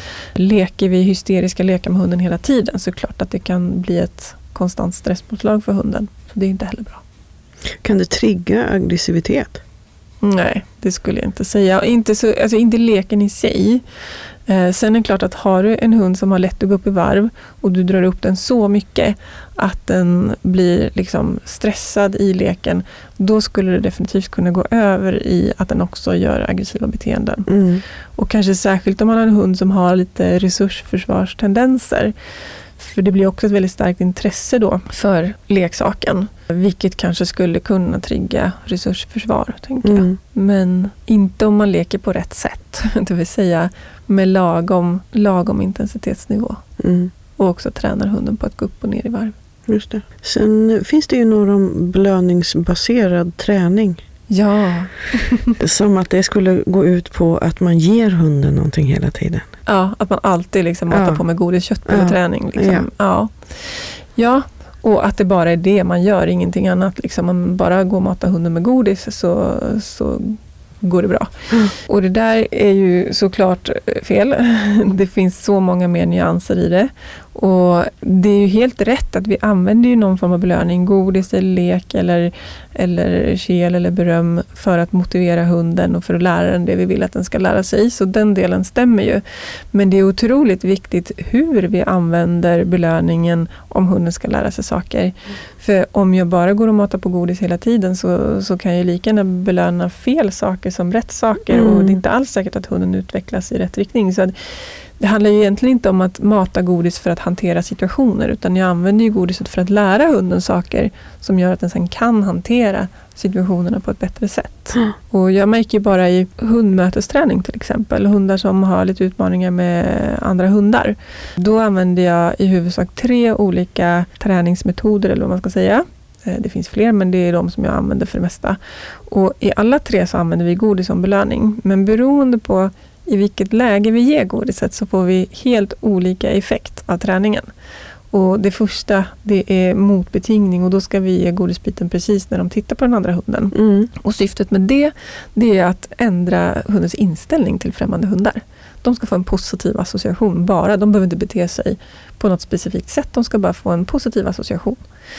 Leker vi hysteriska lekar med hunden hela tiden, så är det klart att det kan bli ett konstant stresspåslag för hunden. Så det är inte heller bra. Kan det trigga aggressivitet? Nej, det skulle jag inte säga. Inte, så, alltså inte leken i sig. Eh, sen är det klart att har du en hund som har lätt att gå upp i varv och du drar upp den så mycket att den blir liksom stressad i leken, då skulle det definitivt kunna gå över i att den också gör aggressiva beteenden. Mm. Och kanske särskilt om man har en hund som har lite resursförsvarstendenser. För det blir också ett väldigt starkt intresse då för leksaken. Vilket kanske skulle kunna trigga resursförsvar, tänker mm. jag. Men inte om man leker på rätt sätt. Det vill säga med lagom, lagom intensitetsnivå. Mm. Och också tränar hunden på att gå upp och ner i varv. Just det. Sen finns det ju någon belöningsbaserad träning. Ja. Som att det skulle gå ut på att man ger hunden någonting hela tiden. Ja, att man alltid liksom matar ja. på med godis, kött eller ja. träning. Liksom. Ja. Ja. ja, och att det bara är det man gör, ingenting annat. Liksom. Om man bara går och matar hunden med godis så, så går det bra. Mm. Och det där är ju såklart fel. Det finns så många mer nyanser i det. Och det är ju helt rätt att vi använder ju någon form av belöning, godis eller lek eller, eller kel eller beröm för att motivera hunden och för att lära den det vi vill att den ska lära sig. Så den delen stämmer ju. Men det är otroligt viktigt hur vi använder belöningen om hunden ska lära sig saker. Mm. För om jag bara går och matar på godis hela tiden så, så kan jag lika gärna belöna fel saker som rätt saker. Mm. Och det är inte alls säkert att hunden utvecklas i rätt riktning. Så att det handlar ju egentligen inte om att mata godis för att hantera situationer, utan jag använder ju godiset för att lära hunden saker som gör att den sen kan hantera situationerna på ett bättre sätt. Mm. Och jag märker ju bara i hundmötesträning till exempel, hundar som har lite utmaningar med andra hundar. Då använder jag i huvudsak tre olika träningsmetoder eller vad man ska säga. Det finns fler, men det är de som jag använder för det mesta. Och i alla tre så använder vi godis som belöning. Men beroende på i vilket läge vi ger godiset så får vi helt olika effekt av träningen. Och det första, det är motbetingning och då ska vi ge godisbiten precis när de tittar på den andra hunden. Mm. Och syftet med det, det är att ändra hundens inställning till främmande hundar. De ska få en positiv association bara. De behöver inte bete sig på något specifikt sätt. De ska bara få en positiv association.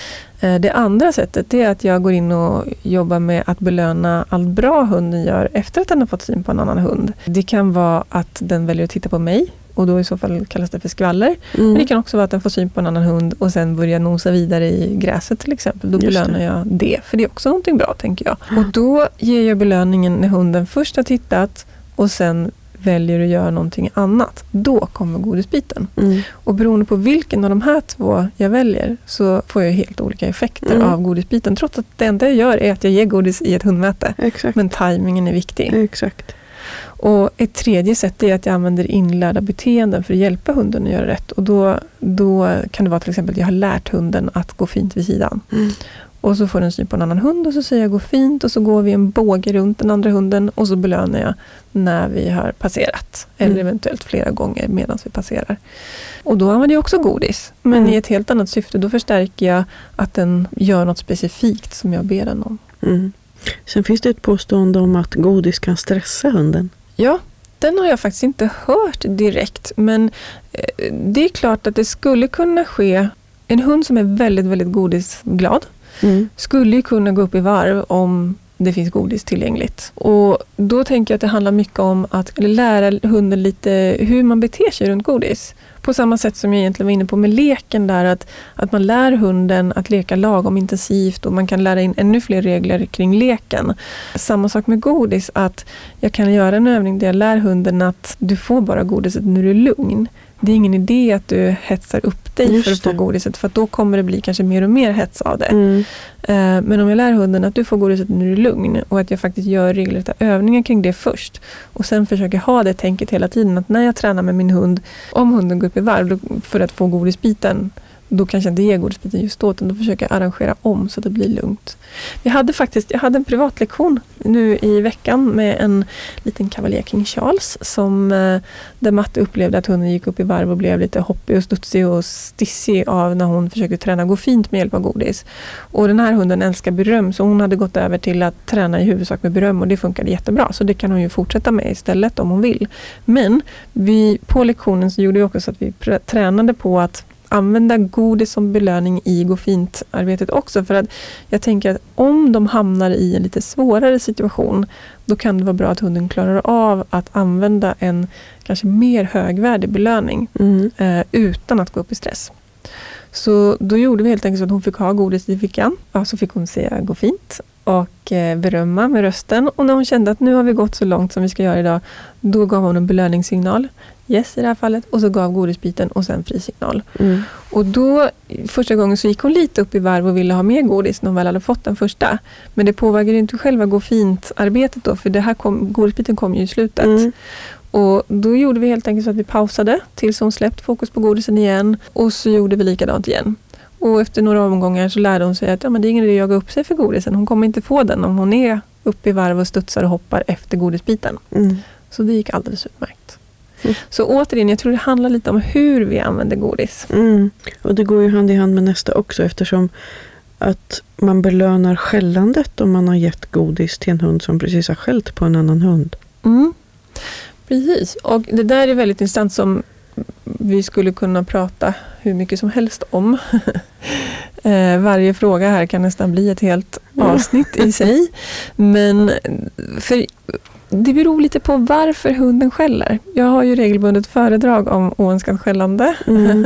Det andra sättet är att jag går in och jobbar med att belöna allt bra hunden gör efter att den har fått syn på en annan hund. Det kan vara att den väljer att titta på mig och då i så fall kallas det för skvaller. Mm. Men det kan också vara att den får syn på en annan hund och sen börjar nosa vidare i gräset till exempel. Då belönar jag det, för det är också någonting bra tänker jag. Mm. Och då ger jag belöningen när hunden först har tittat och sen väljer att göra någonting annat, då kommer godisbiten. Mm. Och beroende på vilken av de här två jag väljer så får jag helt olika effekter mm. av godisbiten. Trots att det enda jag gör är att jag ger godis i ett hundmöte. Exakt. Men tajmingen är viktig. Exakt. Och ett tredje sätt är att jag använder inlärda beteenden för att hjälpa hunden att göra rätt. Och då, då kan det vara till exempel att jag har lärt hunden att gå fint vid sidan. Mm. Och så får den syn på en annan hund och så säger jag gå fint och så går vi en båge runt den andra hunden och så belönar jag när vi har passerat. Eller mm. eventuellt flera gånger medan vi passerar. Och då använder jag också godis. Men mm. i ett helt annat syfte. Då förstärker jag att den gör något specifikt som jag ber den om. Mm. Sen finns det ett påstående om att godis kan stressa hunden. Ja, den har jag faktiskt inte hört direkt. Men det är klart att det skulle kunna ske. En hund som är väldigt, väldigt godisglad mm. skulle ju kunna gå upp i varv om det finns godis tillgängligt. Och då tänker jag att det handlar mycket om att lära hunden lite hur man beter sig runt godis. På samma sätt som jag egentligen var inne på med leken där, att, att man lär hunden att leka lagom intensivt och man kan lära in ännu fler regler kring leken. Samma sak med godis, att jag kan göra en övning där jag lär hunden att du får bara godiset när du är lugn. Det är ingen idé att du hetsar upp dig Just för att få det. godiset, för att då kommer det bli kanske mer och mer hets av det. Mm. Men om jag lär hunden att du får godiset när du är lugn och att jag faktiskt gör regelrätta övningar kring det först och sen försöker ha det tänket hela tiden att när jag tränar med min hund, om hunden går upp i varv för att få godisbiten, då kanske jag inte ger godisbiten just då, utan då försöker jag arrangera om så att det blir lugnt. Vi hade faktiskt, jag hade en privatlektion nu i veckan med en liten kavaljer King Charles som, där Matte upplevde att hunden gick upp i varv och blev lite hoppig och studsig och stissig av när hon försökte träna gå fint med hjälp av godis. Och den här hunden älskar beröm, så hon hade gått över till att träna i huvudsak med beröm och det funkade jättebra, så det kan hon ju fortsätta med istället om hon vill. Men vi, på lektionen så gjorde vi också så att vi tränade på att använda godis som belöning i gå fint-arbetet också. För att jag tänker att om de hamnar i en lite svårare situation, då kan det vara bra att hunden klarar av att använda en kanske mer högvärdig belöning mm. eh, utan att gå upp i stress. Så då gjorde vi helt enkelt så att hon fick ha godis i fickan. Ja, så fick hon säga gå fint och eh, berömma med rösten. Och när hon kände att nu har vi gått så långt som vi ska göra idag, då gav hon en belöningssignal. Yes i det här fallet. Och så gav godisbiten och sen frisignal. Mm. Och då första gången så gick hon lite upp i varv och ville ha mer godis när hon väl hade fått den första. Men det påverkade inte själva gå fint-arbetet då, för det här kom, godisbiten kom ju i slutet. Mm. Och då gjorde vi helt enkelt så att vi pausade tills hon släppt fokus på godisen igen. Och så gjorde vi likadant igen. Och efter några omgångar så lärde hon sig att ja, men det är ingen idé att jaga upp sig för godisen. Hon kommer inte få den om hon är uppe i varv och studsar och hoppar efter godisbiten. Mm. Så det gick alldeles utmärkt. Mm. Så återigen, jag tror det handlar lite om hur vi använder godis. Mm. Och det går ju hand i hand med nästa också, eftersom att man belönar skällandet om man har gett godis till en hund som precis har skällt på en annan hund. Mm. Precis, och det där är väldigt intressant som vi skulle kunna prata hur mycket som helst om. eh, varje fråga här kan nästan bli ett helt avsnitt i sig. Men för det beror lite på varför hunden skäller. Jag har ju regelbundet föredrag om oönskat skällande. Mm.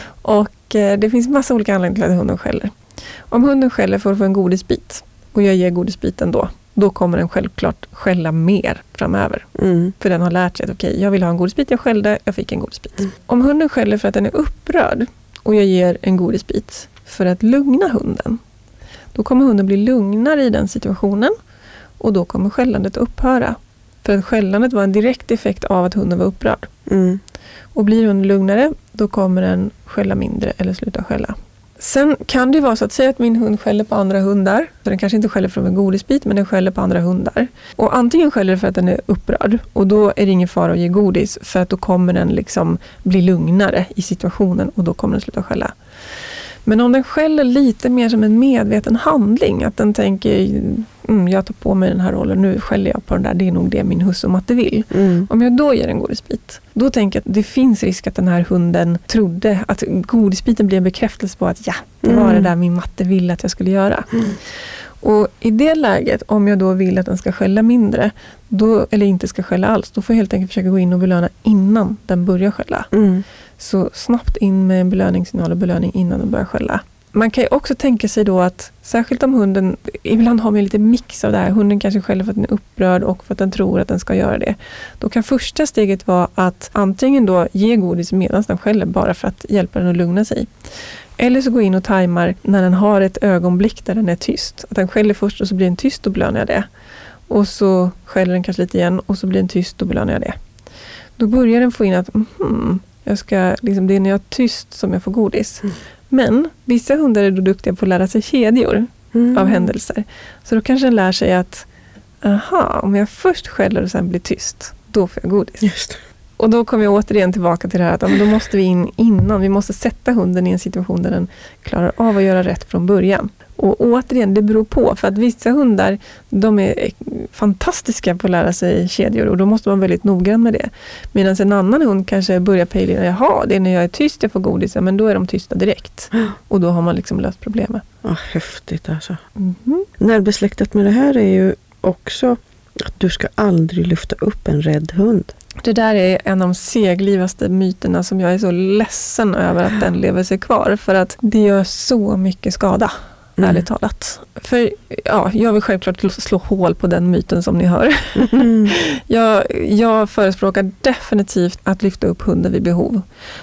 Och eh, det finns massa olika anledningar till att hunden skäller. Om hunden skäller för att få en godisbit och jag ger godisbiten då, då kommer den självklart skälla mer framöver. Mm. För den har lärt sig att okej, okay, jag vill ha en godisbit, jag skällde, jag fick en godisbit. Mm. Om hunden skäller för att den är upprörd och jag ger en godisbit för att lugna hunden, då kommer hunden bli lugnare i den situationen och då kommer skällandet upphöra. För att skällandet var en direkt effekt av att hunden var upprörd. Mm. Och blir hunden lugnare, då kommer den skälla mindre eller sluta skälla. Sen kan det vara så att säga att min hund skäller på andra hundar. Så den kanske inte skäller för en godisbit, men den skäller på andra hundar. Och antingen skäller för att den är upprörd. Och då är det ingen fara att ge godis. För att då kommer den liksom bli lugnare i situationen och då kommer den sluta skälla. Men om den skäller lite mer som en medveten handling. Att den tänker, mm, jag tar på mig den här rollen, nu skäller jag på den där. Det är nog det min husse och matte vill. Mm. Om jag då ger en godisbit, då tänker jag att det finns risk att den här hunden trodde att godisbiten blir en bekräftelse på att ja, det var mm. det där min matte ville att jag skulle göra. Mm. Och i det läget, om jag då vill att den ska skälla mindre, då, eller inte ska skälla alls, då får jag helt enkelt försöka gå in och belöna innan den börjar skälla. Mm. Så snabbt in med en belöningssignal och belöning innan den börjar skälla. Man kan ju också tänka sig då att, särskilt om hunden, ibland har man lite mix av det här. Hunden kanske skäller för att den är upprörd och för att den tror att den ska göra det. Då kan första steget vara att antingen då ge godis medan den skäller bara för att hjälpa den att lugna sig. Eller så gå in och tajmar när den har ett ögonblick där den är tyst. Att den skäller först och så blir den tyst och belönar jag det. Och så skäller den kanske lite igen och så blir den tyst och belönar jag det. Då börjar den få in att mm, jag ska, liksom, det är när jag är tyst som jag får godis. Mm. Men vissa hundar är då duktiga på att lära sig kedjor mm. av händelser. Så då kanske den lär sig att aha, om jag först skäller och sen blir tyst, då får jag godis. Just. Och då kommer jag återigen tillbaka till det här att ja, men då måste vi in innan. Vi måste sätta hunden i en situation där den klarar av att göra rätt från början. Och återigen, det beror på. För att vissa hundar, de är fantastiska på att lära sig kedjor. Och då måste man vara väldigt noggrann med det. Medan en annan hund kanske börjar pejla. Jaha, det är när jag är tyst jag får godis. Men då är de tysta direkt. Och då har man liksom löst problemet. Ja, häftigt alltså. Mm-hmm. Närbesläktat med det här är ju också att du ska aldrig lyfta upp en rädd hund. Det där är en av de seglivaste myterna som jag är så ledsen över att den lever sig kvar. För att det gör så mycket skada, mm. ärligt talat. För ja, jag vill självklart slå hål på den myten som ni hör. Mm. jag, jag förespråkar definitivt att lyfta upp hunden vid behov.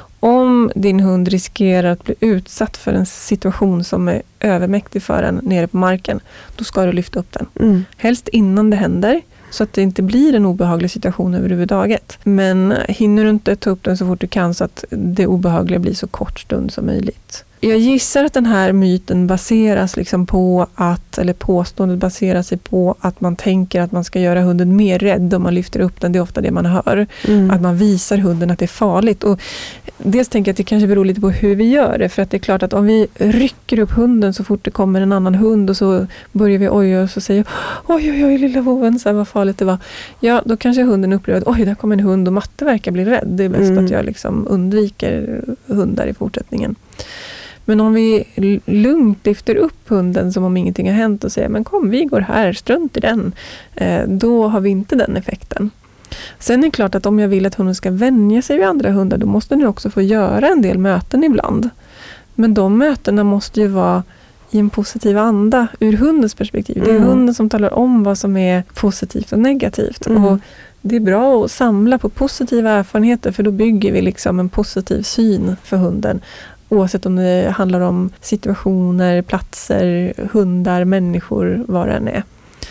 Om din hund riskerar att bli utsatt för en situation som är övermäktig för en nere på marken, då ska du lyfta upp den. Mm. Helst innan det händer. Så att det inte blir en obehaglig situation överhuvudtaget. Men hinner du inte ta upp den så fort du kan så att det obehagliga blir så kort stund som möjligt. Jag gissar att den här myten baseras liksom på att, eller påståendet baserar sig på att man tänker att man ska göra hunden mer rädd om man lyfter upp den. Det är ofta det man hör. Mm. Att man visar hunden att det är farligt. Och dels tänker jag att det kanske beror lite på hur vi gör det. För att det är klart att om vi rycker upp hunden så fort det kommer en annan hund och så börjar vi oj och så säger oj oj oj lilla voven, så här vad farligt det var. Ja, då kanske hunden upplever att oj, där kommer en hund och matte verkar bli rädd. Det är bäst mm. att jag liksom undviker hundar i fortsättningen. Men om vi lugnt lyfter upp hunden som om ingenting har hänt och säger men kom, vi går här, strunt i den. Då har vi inte den effekten. Sen är det klart att om jag vill att hunden ska vänja sig vid andra hundar, då måste den också få göra en del möten ibland. Men de mötena måste ju vara i en positiv anda ur hundens perspektiv. Det är mm. hunden som talar om vad som är positivt och negativt. Mm. Och det är bra att samla på positiva erfarenheter, för då bygger vi liksom en positiv syn för hunden. Oavsett om det handlar om situationer, platser, hundar, människor, vad det än är.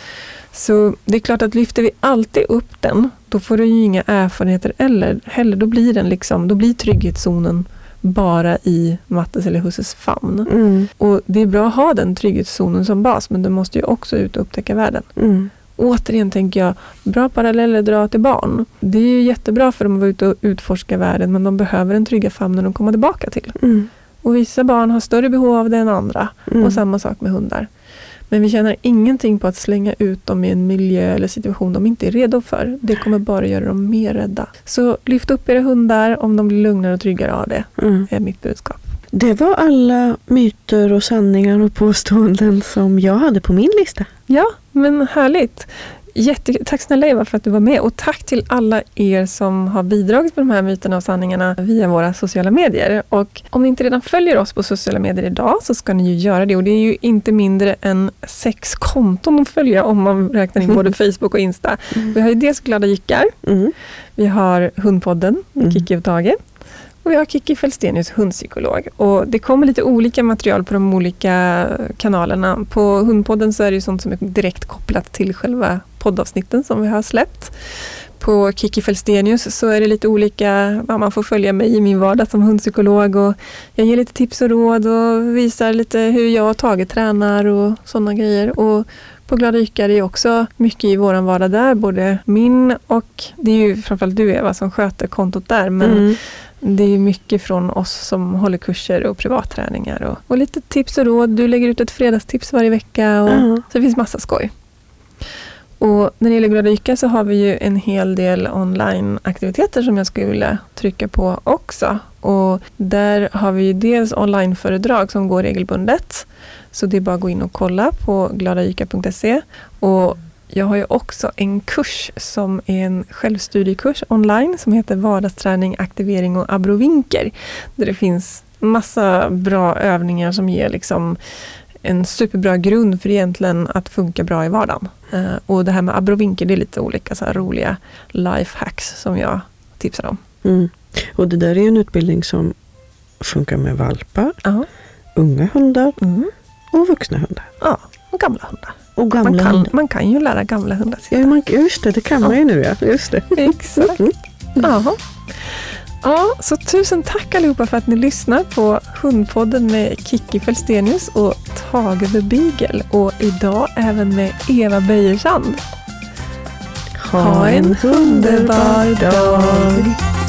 Så det är klart att lyfter vi alltid upp den, då får du ju inga erfarenheter eller heller. Då blir den liksom, då blir trygghetszonen bara i Mattes eller Husses famn. Mm. Och det är bra att ha den trygghetszonen som bas, men du måste ju också ut och upptäcka världen. Mm. Återigen tänker jag, bra paralleller dra till barn. Det är ju jättebra för dem att vara ute och utforska världen, men de behöver en trygga famnen att komma tillbaka till. Mm. Och vissa barn har större behov av det än andra. Mm. Och samma sak med hundar. Men vi tjänar ingenting på att slänga ut dem i en miljö eller situation de inte är redo för. Det kommer bara göra dem mer rädda. Så lyft upp era hundar om de blir lugnare och tryggare av det, mm. är mitt budskap. Det var alla myter och sanningar och påståenden som jag hade på min lista. Ja, men härligt. Jätte, tack snälla Eva för att du var med, och tack till alla er som har bidragit med de här myterna och sanningarna via våra sociala medier. Och om ni inte redan följer oss på sociala medier idag så ska ni ju göra det, och det är ju inte mindre än sex konton att följa om man räknar in både Facebook och Insta. Mm. Vi har ju dels Glada Jyckar, mm. vi har Hundpodden med mm. Kikki och Tage, och vi har Kikki Fälstenius, hundpsykolog. Och det kommer lite olika material på de olika kanalerna. På Hundpodden så är det ju sånt som är direkt kopplat till själva poddavsnitten som vi har släppt. På Kikki Fälstenius så är det lite olika, ja, man får följa mig i min vardag som hundpsykolog, och jag ger lite tips och råd och visar lite hur jag och Tage tränar och sådana grejer. Och på Glada Jyckar är det också mycket i våran vardag där, både min och, det är ju framförallt du Eva som sköter kontot där, men mm. det är mycket från oss som håller kurser och privatträningar och, och lite tips och råd. Du lägger ut ett fredagstips varje vecka, och mm. så det finns massa skoj. Och när det gäller Glada Jyckar så har vi ju en hel del online-aktiviteter som jag skulle vilja trycka på också. Och där har vi ju dels online-föredrag som går regelbundet. Så det är bara att gå in och kolla på glada jyckar punkt se. Och jag har ju också en kurs som är en självstudiekurs online som heter Vardagsträning, aktivering och abrovinker. Där det finns massa bra övningar som ger liksom en superbra grund för egentligen att funka bra i vardagen. Uh, och det här med abrovinker, det är lite olika så här roliga lifehacks som jag tipsar om. Mm. Och det där är en utbildning som funkar med valpar, uh-huh. unga hundar mm. och vuxna hundar. Ja, och gamla hundar. Och gamla man, kan, hundar. man kan ju lära gamla hundar sitta. Ja, man, just det, det kan ja. man ju nu. Ja. Just det. Exakt. Mm. Ja. Ja, så tusen tack allihopa för att ni lyssnar på Hundpodden med Kikki Fälstenius och Tage the Beagle, och idag även med Eva Beijersand. Ha en underbar dag!